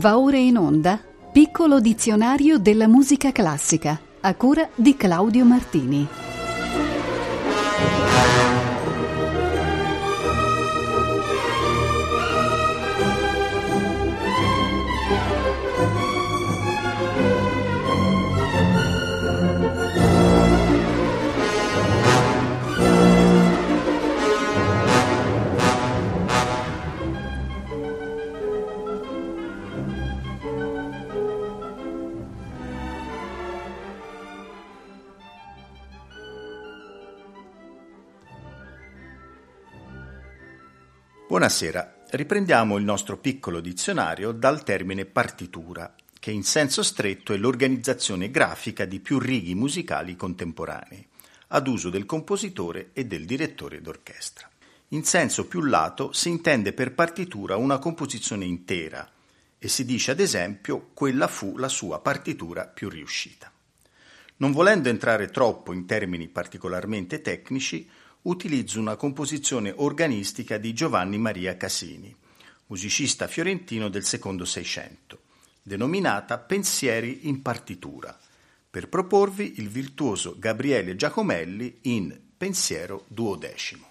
Va ora in onda Piccolo dizionario della musica classica, a cura di Claudio Martini. Buonasera, riprendiamo il nostro piccolo dizionario dal termine partitura, che in senso stretto è l'organizzazione grafica di più righi musicali contemporanei, ad uso del compositore e del direttore d'orchestra. In senso più lato si intende per partitura una composizione intera e si dice ad esempio quella fu la sua partitura più riuscita. Non volendo entrare troppo in termini particolarmente tecnici, utilizzo una composizione organistica di Giovanni Maria Casini, musicista fiorentino del secondo Seicento, denominata Pensieri in partitura, per proporvi il virtuoso Gabriele Giacomelli in Pensiero duodecimo.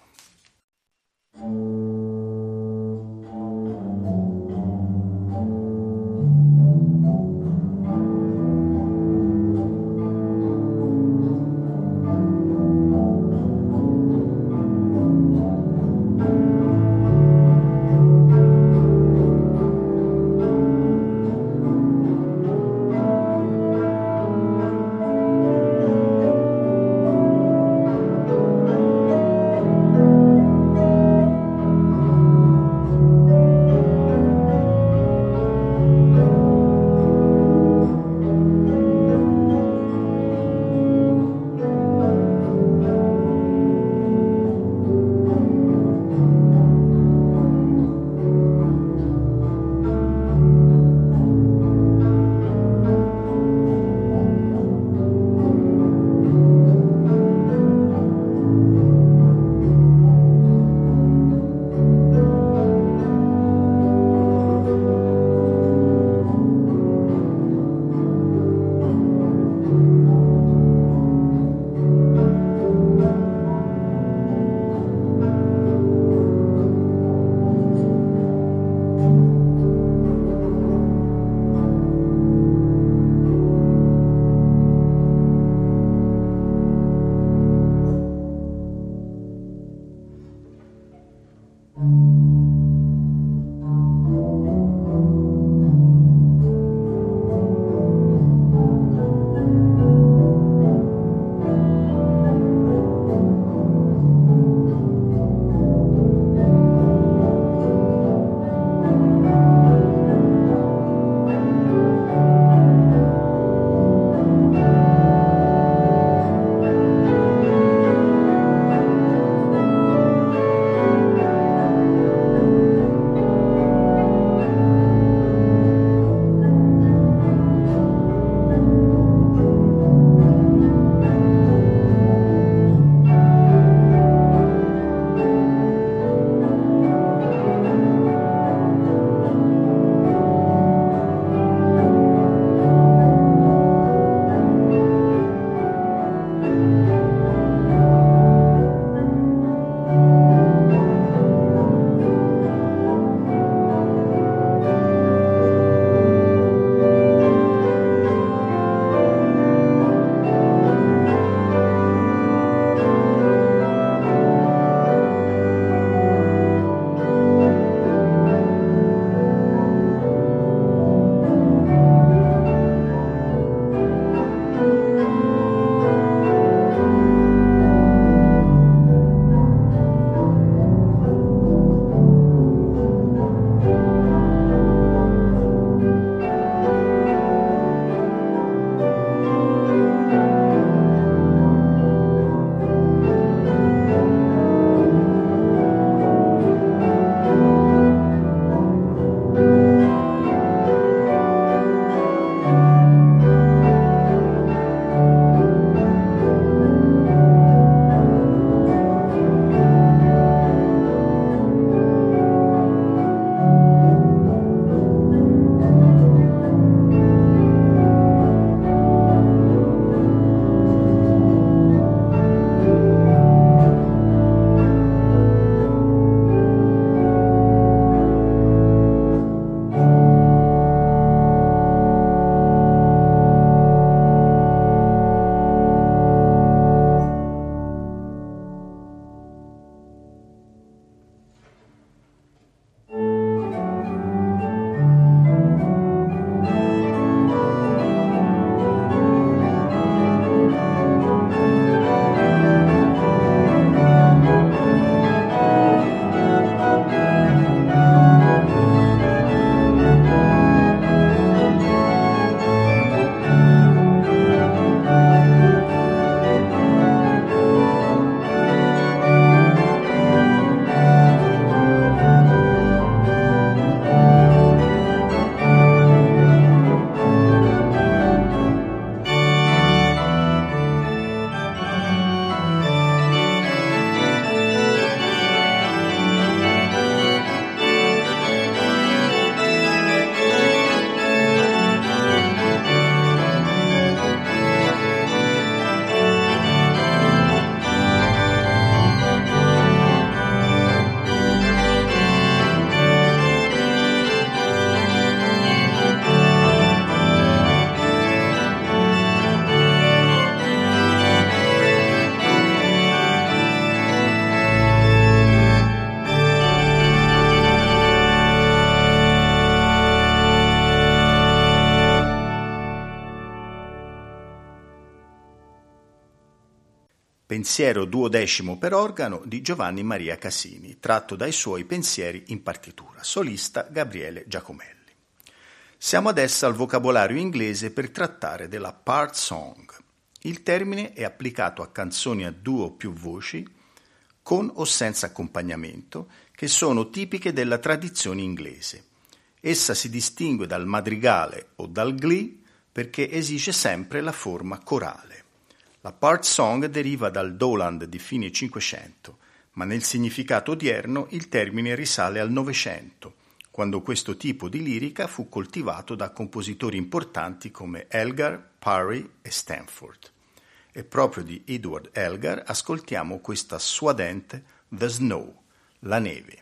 pensiero duodecimo per organo di Giovanni Maria Casini, tratto dai suoi pensieri in partitura, solista Gabriele Giacomelli. Siamo adesso al vocabolario inglese per trattare della part song. Il termine è applicato a canzoni a due o più voci, con o senza accompagnamento, che sono tipiche della tradizione inglese. Essa si distingue dal madrigale o dal glee perché esige sempre la forma corale. La part song deriva dal Doland di fine Cinquecento, ma nel significato odierno il termine risale al Novecento, quando questo tipo di lirica fu coltivato da compositori importanti come Elgar, Parry e Stanford. E proprio di Edward Elgar ascoltiamo questa suadente The Snow, la neve.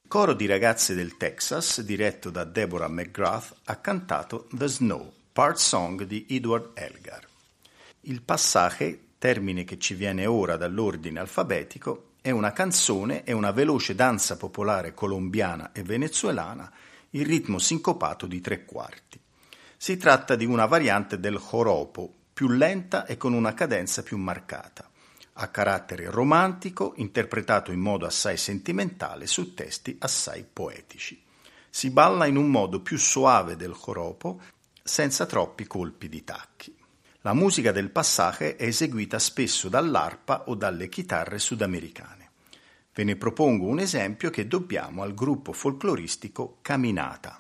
Coro di ragazze del Texas, diretto da Deborah McGrath, ha cantato The Snow, part song di Edward Elgar. Il passage, termine che ci viene ora dall'ordine alfabetico, è una canzone e una veloce danza popolare colombiana e venezuelana, il ritmo sincopato di 3/4. Si tratta di una variante del joropo, più lenta e con una cadenza più marcata. Ha carattere romantico, interpretato in modo assai sentimentale su testi assai poetici. Si balla in un modo più soave del joropo, senza troppi colpi di tacchi. La musica del passage è eseguita spesso dall'arpa o dalle chitarre sudamericane. Ve ne propongo un esempio che dobbiamo al gruppo folcloristico Caminata.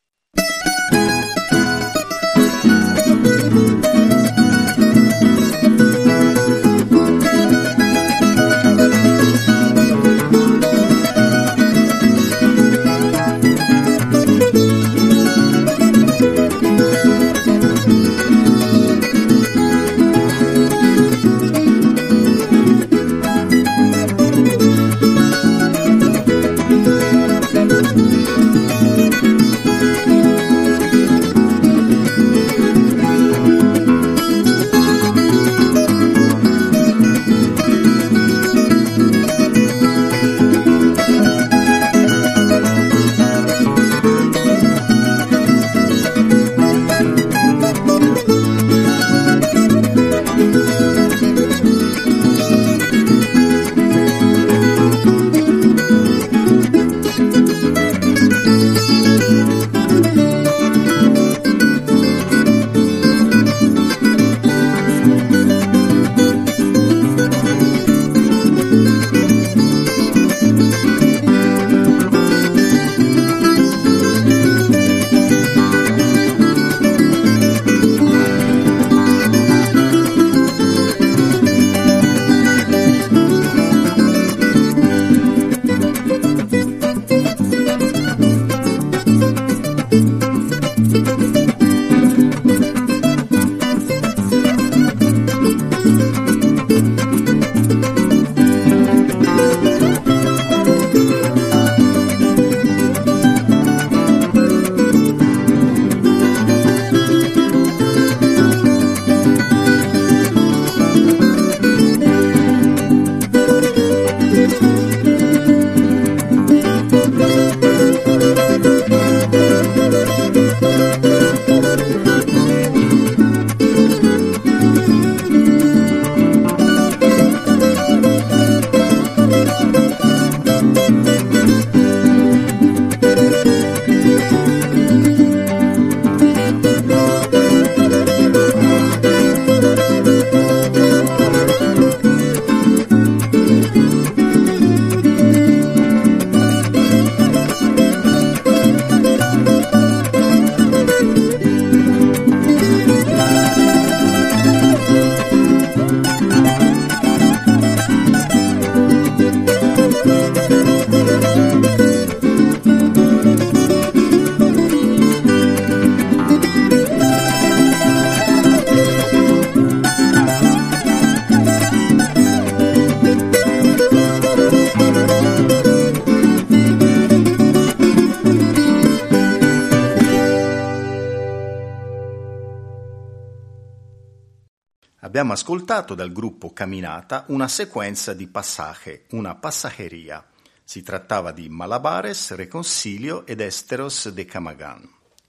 Abbiamo ascoltato dal gruppo Caminata una sequenza di passage, una passageria. Si trattava di Malabares, Reconcilio ed Esteros de Camagán.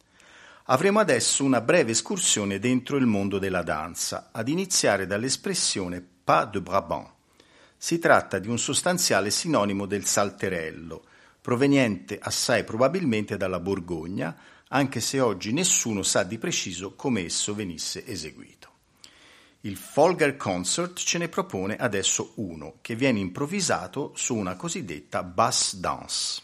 Avremo adesso una breve escursione dentro il mondo della danza, ad iniziare dall'espressione pas de Brabant. Si tratta di un sostanziale sinonimo del salterello, proveniente assai probabilmente dalla Borgogna, anche se oggi nessuno sa di preciso come esso venisse eseguito. Il Folger Concert ce ne propone adesso uno, che viene improvvisato su una cosiddetta bass dance.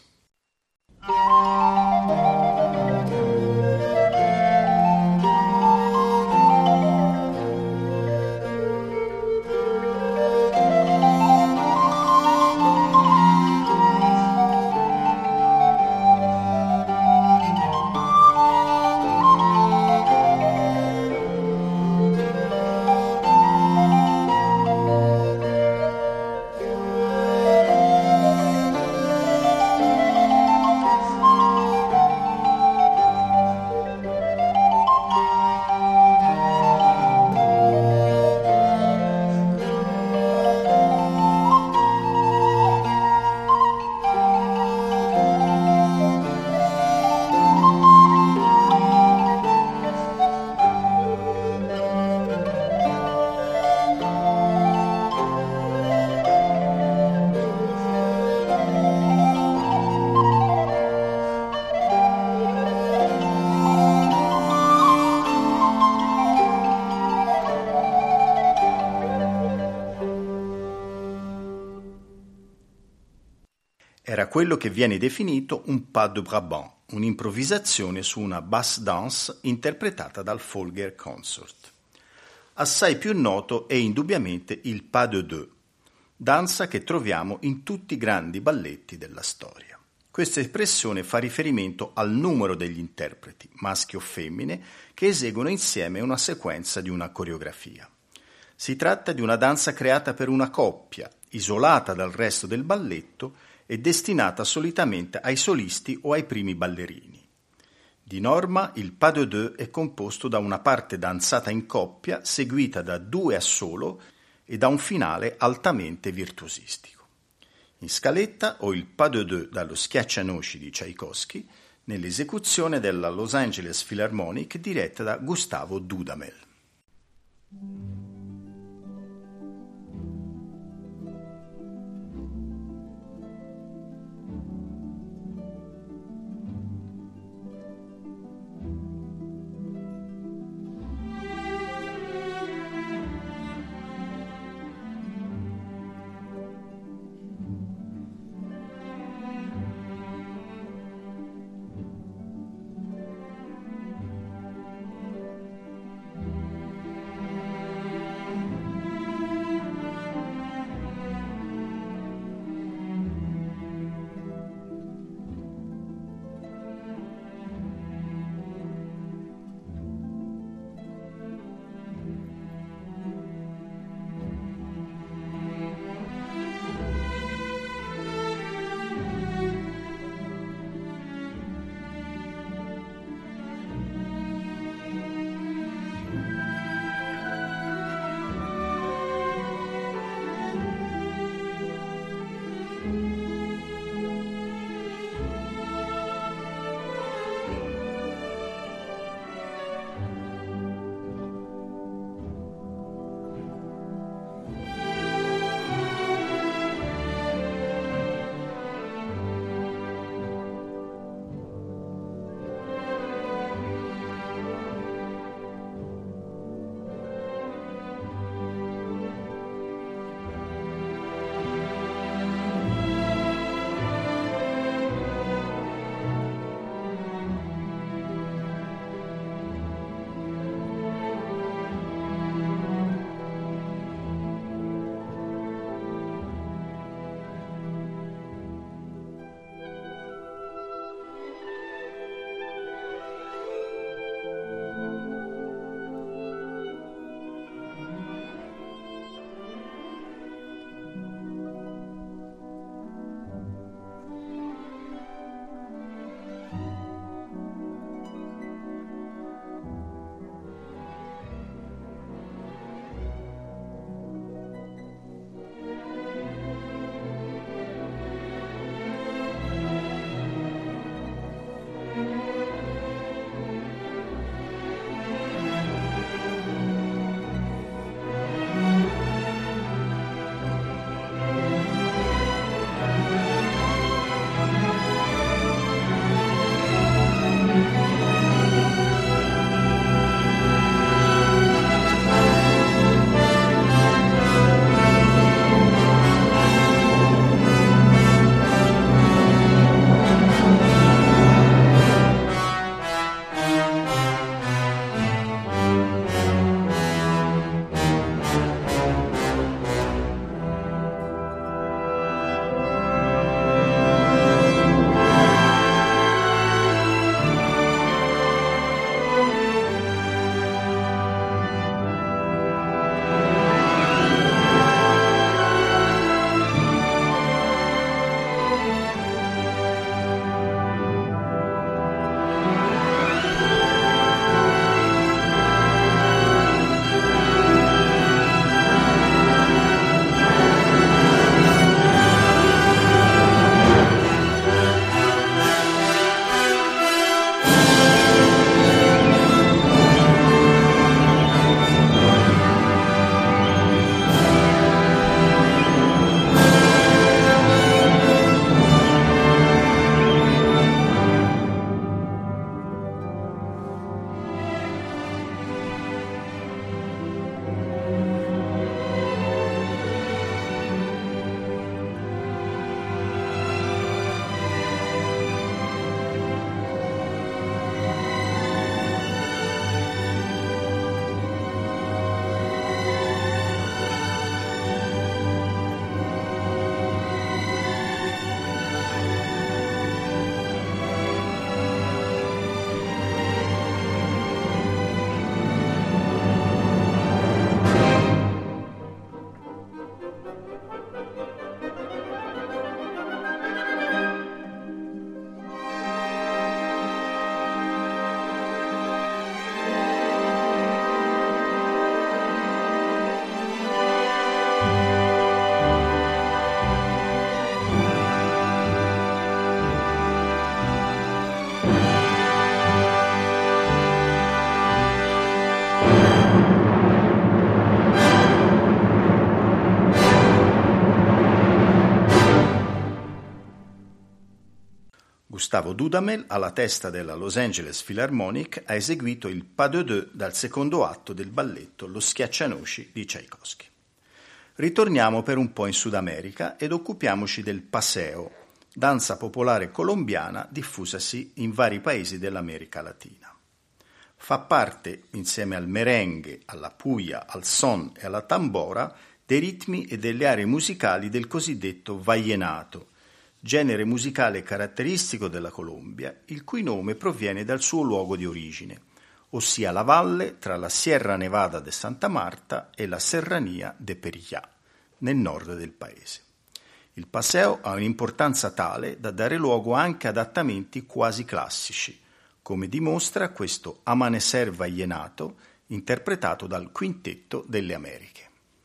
Era quello che viene definito un pas de Brabant, un'improvvisazione su una basse danse interpretata dal Folger Consort. Assai più noto è indubbiamente il pas de deux, danza che troviamo in tutti i grandi balletti della storia. Questa espressione fa riferimento al numero degli interpreti, maschi o femmine, che eseguono insieme una sequenza di una coreografia. Si tratta di una danza creata per una coppia, isolata dal resto del balletto e destinata solitamente ai solisti o ai primi ballerini. Di norma il pas de deux è composto da una parte danzata in coppia seguita da due a solo e da un finale altamente virtuosistico. In scaletta ho il pas de deux dallo Schiaccianoci di Tchaikovsky nell'esecuzione della Los Angeles Philharmonic diretta da Gustavo Dudamel. Gustavo Dudamel, alla testa della Los Angeles Philharmonic, ha eseguito il Pas de deux dal secondo atto del balletto Lo Schiaccianoci di Tchaikovsky. Ritorniamo per un po' in Sud America ed occupiamoci del paseo, danza popolare colombiana diffusasi in vari paesi dell'America Latina. Fa parte, insieme al merengue, alla puya, al son e alla tambora, dei ritmi e delle aree musicali del cosiddetto vallenato, genere musicale caratteristico della Colombia, il cui nome proviene dal suo luogo di origine, ossia la valle tra la Sierra Nevada de Santa Marta e la Serranía de Perijá, nel nord del paese. Il paseo ha un'importanza tale da dare luogo anche ad adattamenti quasi classici, come dimostra questo Amanecer Vallenato interpretato dal Quintetto delle Americhe.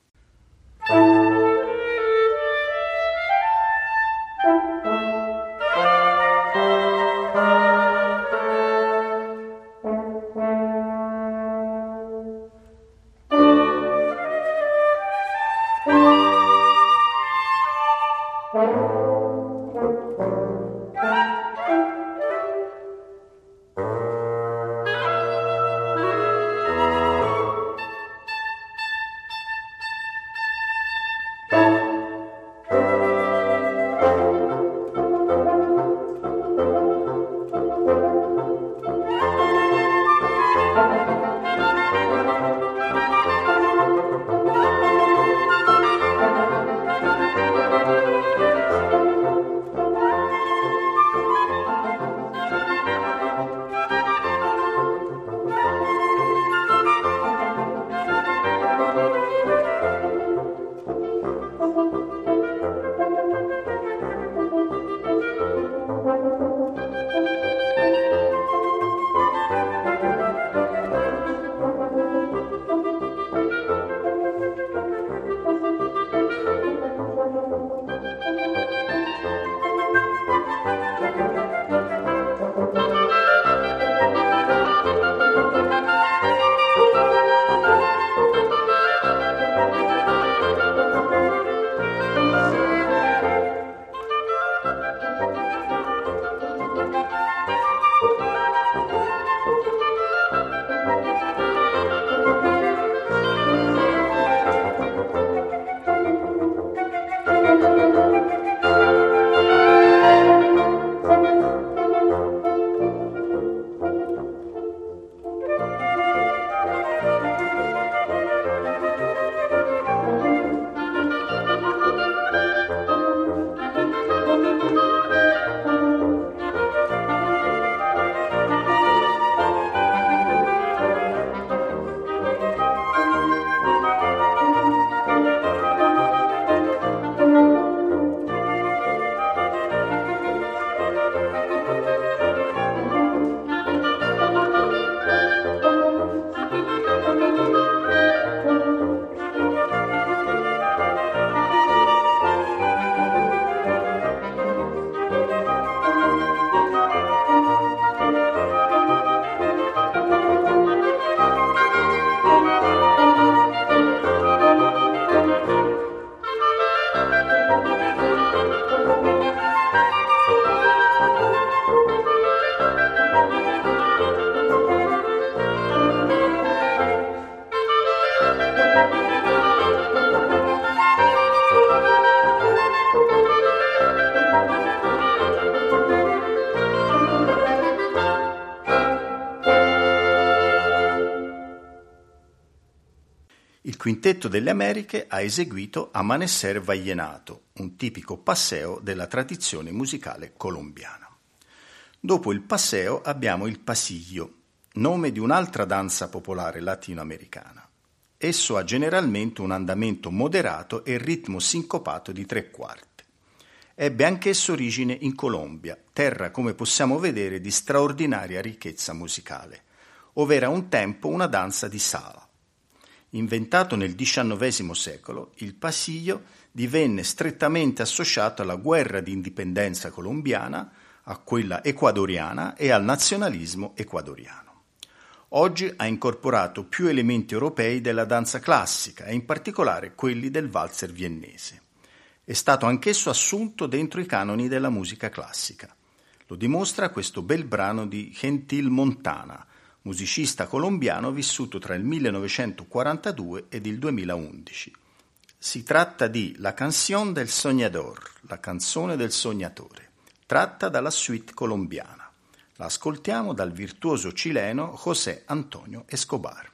Il Quintetto delle Americhe ha eseguito Amanecer Vallenato, un tipico passeo della tradizione musicale colombiana. Dopo il passeo abbiamo il pasillo, nome di un'altra danza popolare latinoamericana. Esso ha generalmente un andamento moderato e ritmo sincopato di 3/4. Ebbe anch'esso origine in Colombia, terra, come possiamo vedere, di straordinaria ricchezza musicale, ovvero un tempo una danza di sala. Inventato nel XIX secolo, il pasillo divenne strettamente associato alla guerra di indipendenza colombiana, a quella ecuadoriana e al nazionalismo ecuadoriano. Oggi ha incorporato più elementi europei della danza classica e in particolare quelli del valzer viennese. È stato anch'esso assunto dentro i canoni della musica classica. Lo dimostra questo bel brano di Gentil Montana, musicista colombiano vissuto tra il 1942 ed il 2011. Si tratta di La Canción del Soñador, la canzone del sognatore, tratta dalla suite colombiana. La ascoltiamo dal virtuoso cileno José Antonio Escobar.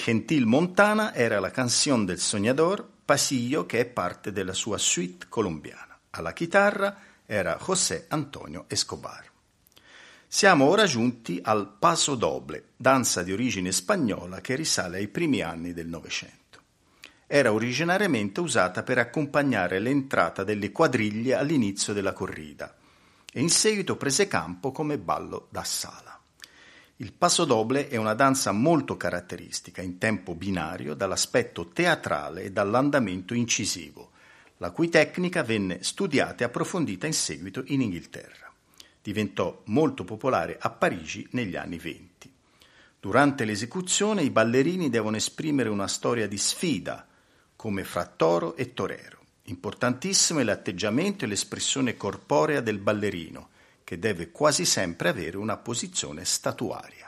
Gentil Montana era la Canción del Soñador, Pasillo, che è parte della sua suite colombiana. Alla chitarra era José Antonio Escobar. Siamo ora giunti al Paso Doble, danza di origine spagnola che risale ai primi anni del Novecento. Era originariamente usata per accompagnare l'entrata delle quadriglie all'inizio della corrida e in seguito prese campo come ballo da sala. Il Paso Doble è una danza molto caratteristica in tempo binario dall'aspetto teatrale e dall'andamento incisivo, la cui tecnica venne studiata e approfondita in seguito in Inghilterra. Diventò molto popolare a Parigi negli anni '20. Durante l'esecuzione i ballerini devono esprimere una storia di sfida, come fra toro e torero. Importantissimo è l'atteggiamento e l'espressione corporea del ballerino, che deve quasi sempre avere una posizione statuaria.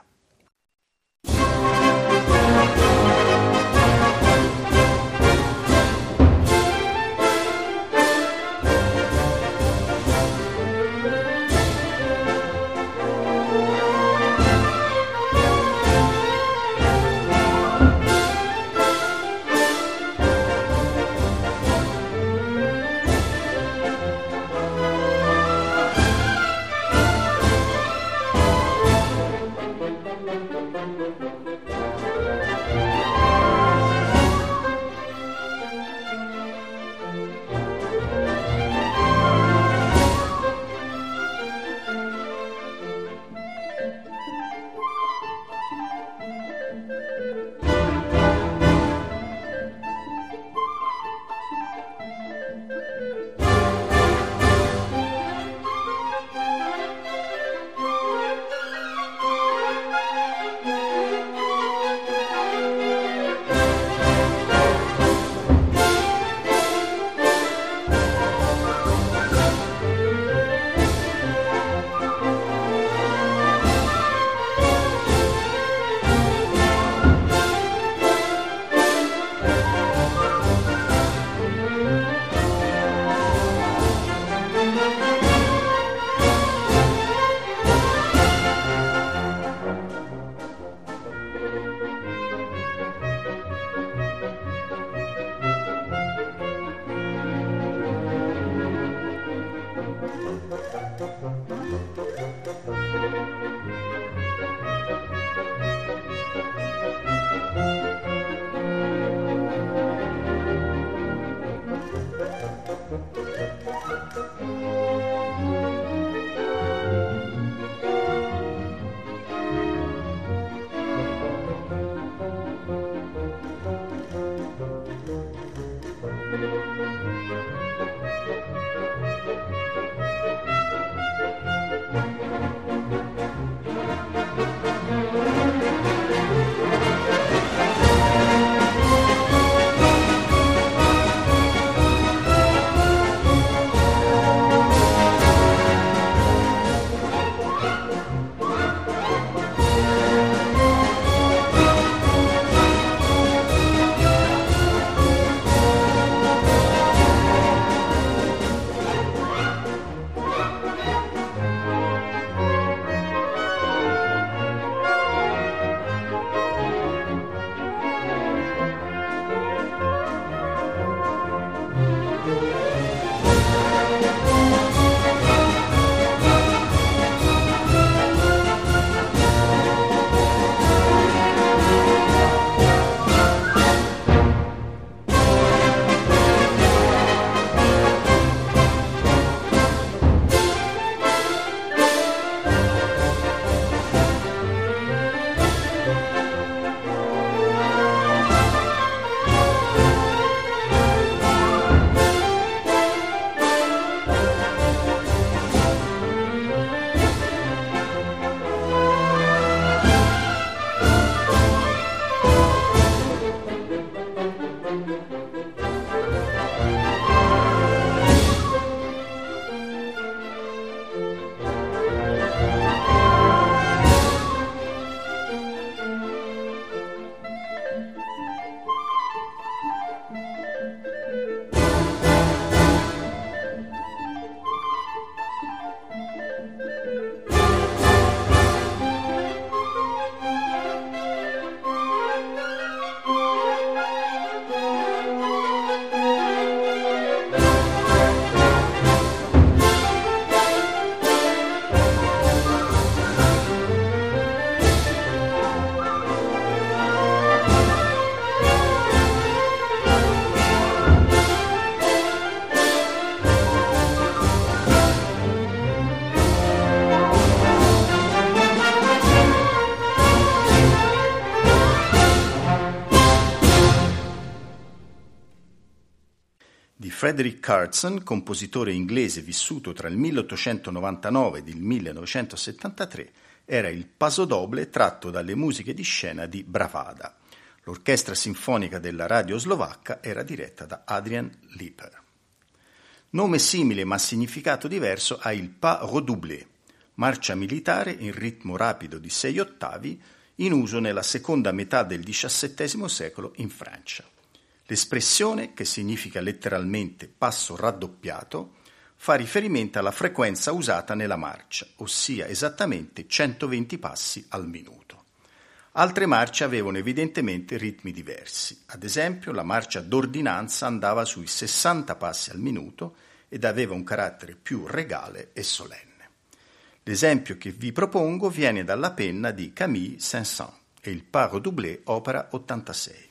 Frederick Curzon, compositore inglese vissuto tra il 1899 ed il 1973, era il pasodoble tratto dalle musiche di scena di Bravada. L'orchestra sinfonica della radio slovacca era diretta da Adrian Liper. Nome simile ma significato diverso ha il pas redoublé, marcia militare in ritmo rapido di 6 ottavi, in uso nella seconda metà del XVII secolo in Francia. L'espressione, che significa letteralmente passo raddoppiato, fa riferimento alla frequenza usata nella marcia, ossia esattamente 120 passi al minuto. Altre marce avevano evidentemente ritmi diversi. Ad esempio, la marcia d'ordinanza andava sui 60 passi al minuto ed aveva un carattere più regale e solenne. L'esempio che vi propongo viene dalla penna di Camille Saint-Saëns e il pas redoublé opera 86.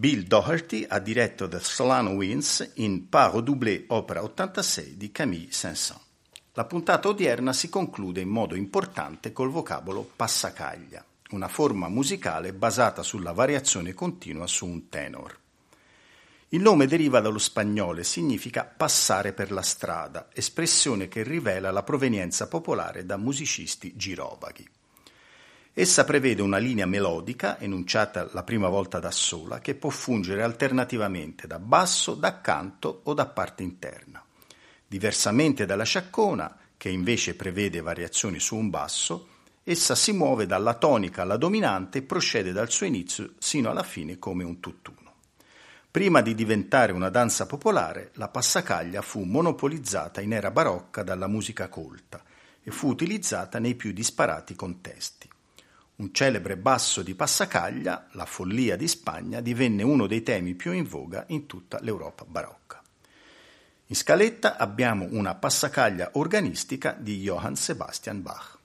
Bill Doherty ha diretto The Sloan Winds in Paro Doublé, opera 86 di Camille Saint-Saëns. La puntata odierna si conclude in modo importante col vocabolo passacaglia, una forma musicale basata sulla variazione continua su un tenor. Il nome deriva dallo spagnolo e significa passare per la strada, espressione che rivela la provenienza popolare da musicisti girovaghi. Essa prevede una linea melodica, enunciata la prima volta da sola, che può fungere alternativamente da basso, da canto o da parte interna. Diversamente dalla sciaccona, che invece prevede variazioni su un basso, essa si muove dalla tonica alla dominante e procede dal suo inizio sino alla fine come un tutt'uno. Prima di diventare una danza popolare, la passacaglia fu monopolizzata in era barocca dalla musica colta e fu utilizzata nei più disparati contesti. Un celebre basso di passacaglia, la Follia di Spagna, divenne uno dei temi più in voga in tutta l'Europa barocca. In scaletta abbiamo una passacaglia organistica di Johann Sebastian Bach.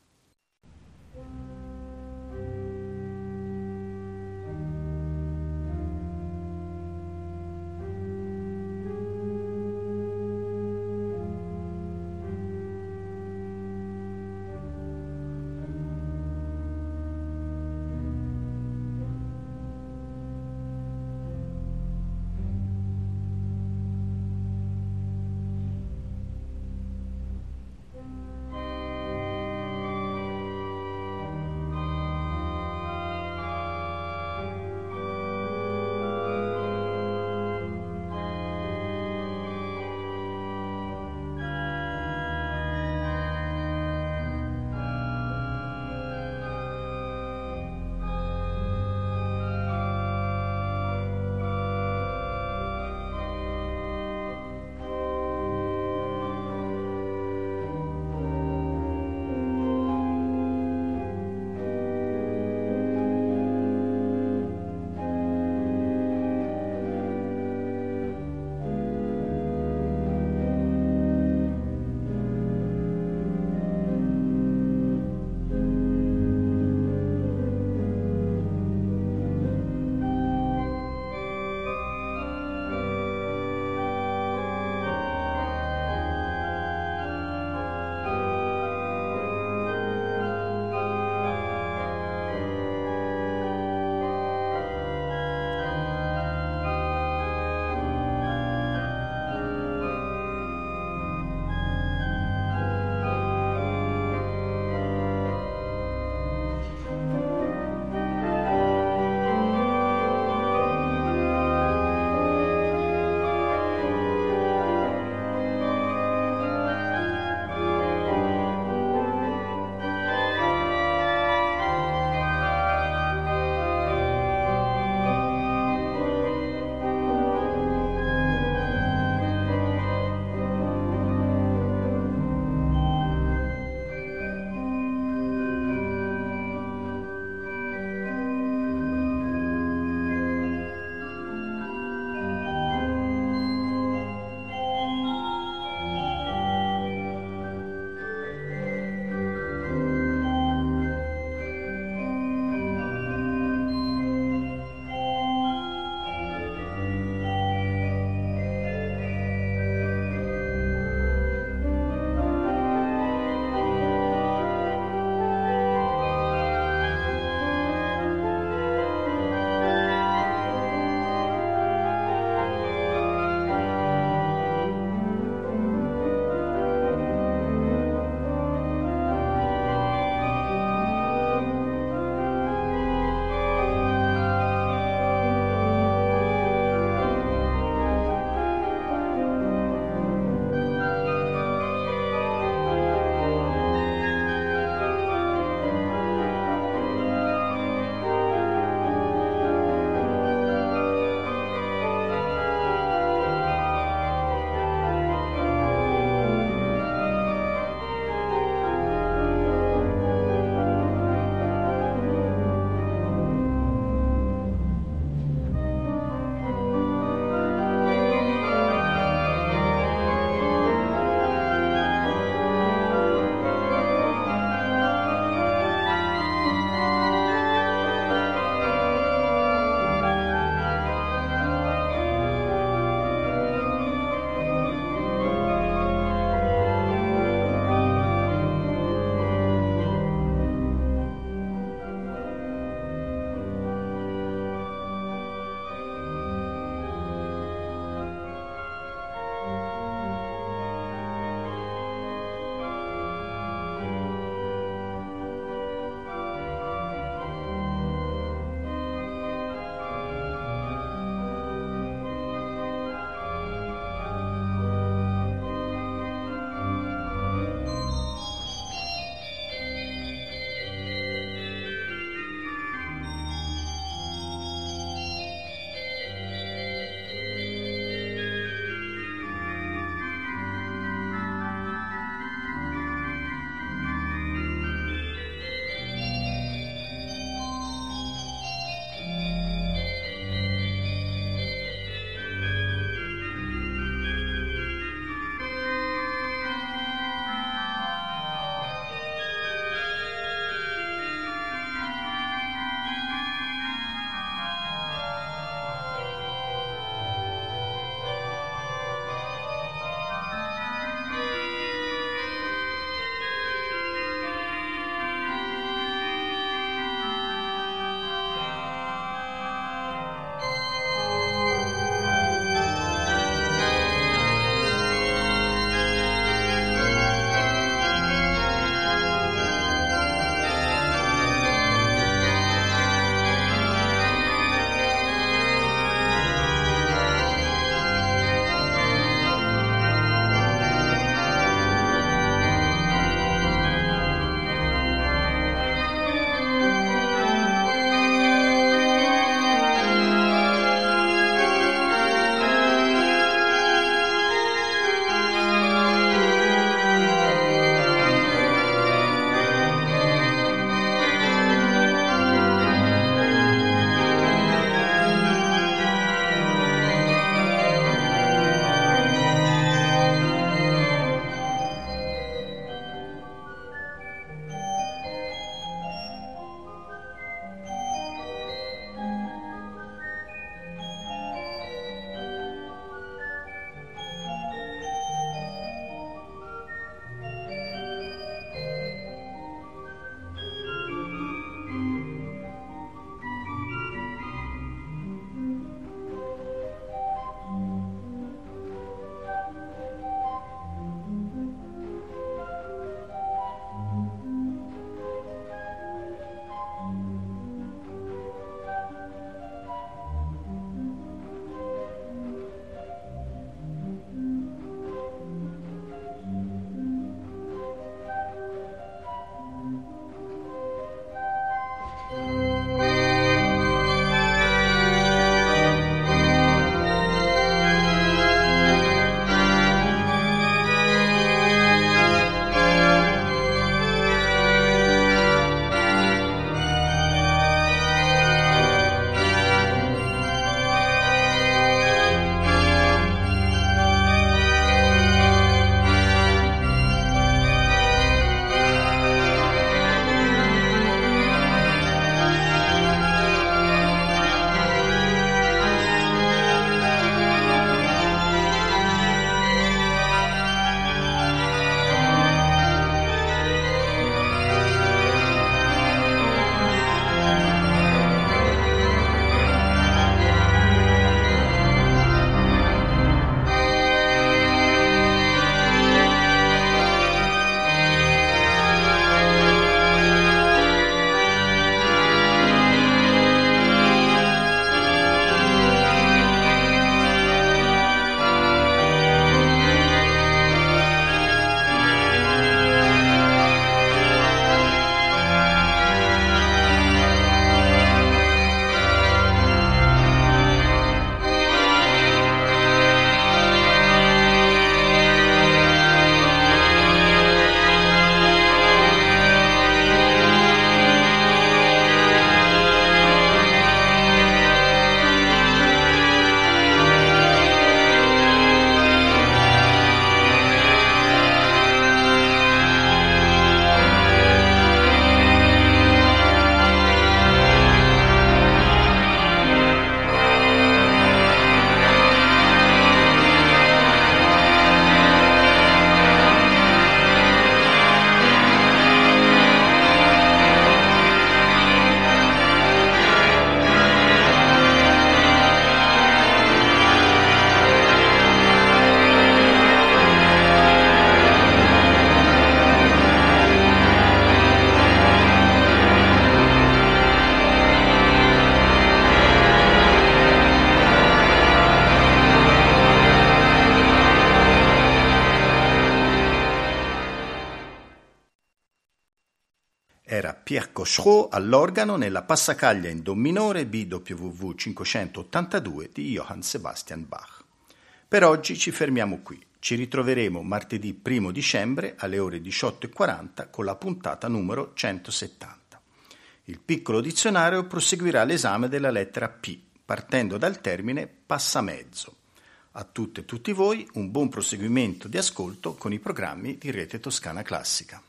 Era Pierre Cochereau all'organo nella passacaglia in Do minore BWV 582 di Johann Sebastian Bach. Per oggi ci fermiamo qui. Ci ritroveremo martedì 1 dicembre alle ore 18:40 con la puntata numero 170. Il piccolo dizionario proseguirà l'esame della lettera P, partendo dal termine passamezzo. A tutte e tutti voi un buon proseguimento di ascolto con i programmi di Rete Toscana Classica.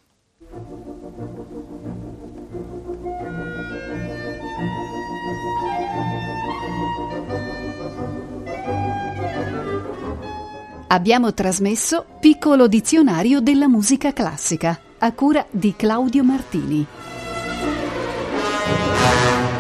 Abbiamo trasmesso Piccolo dizionario della musica classica, a cura di Claudio Martini.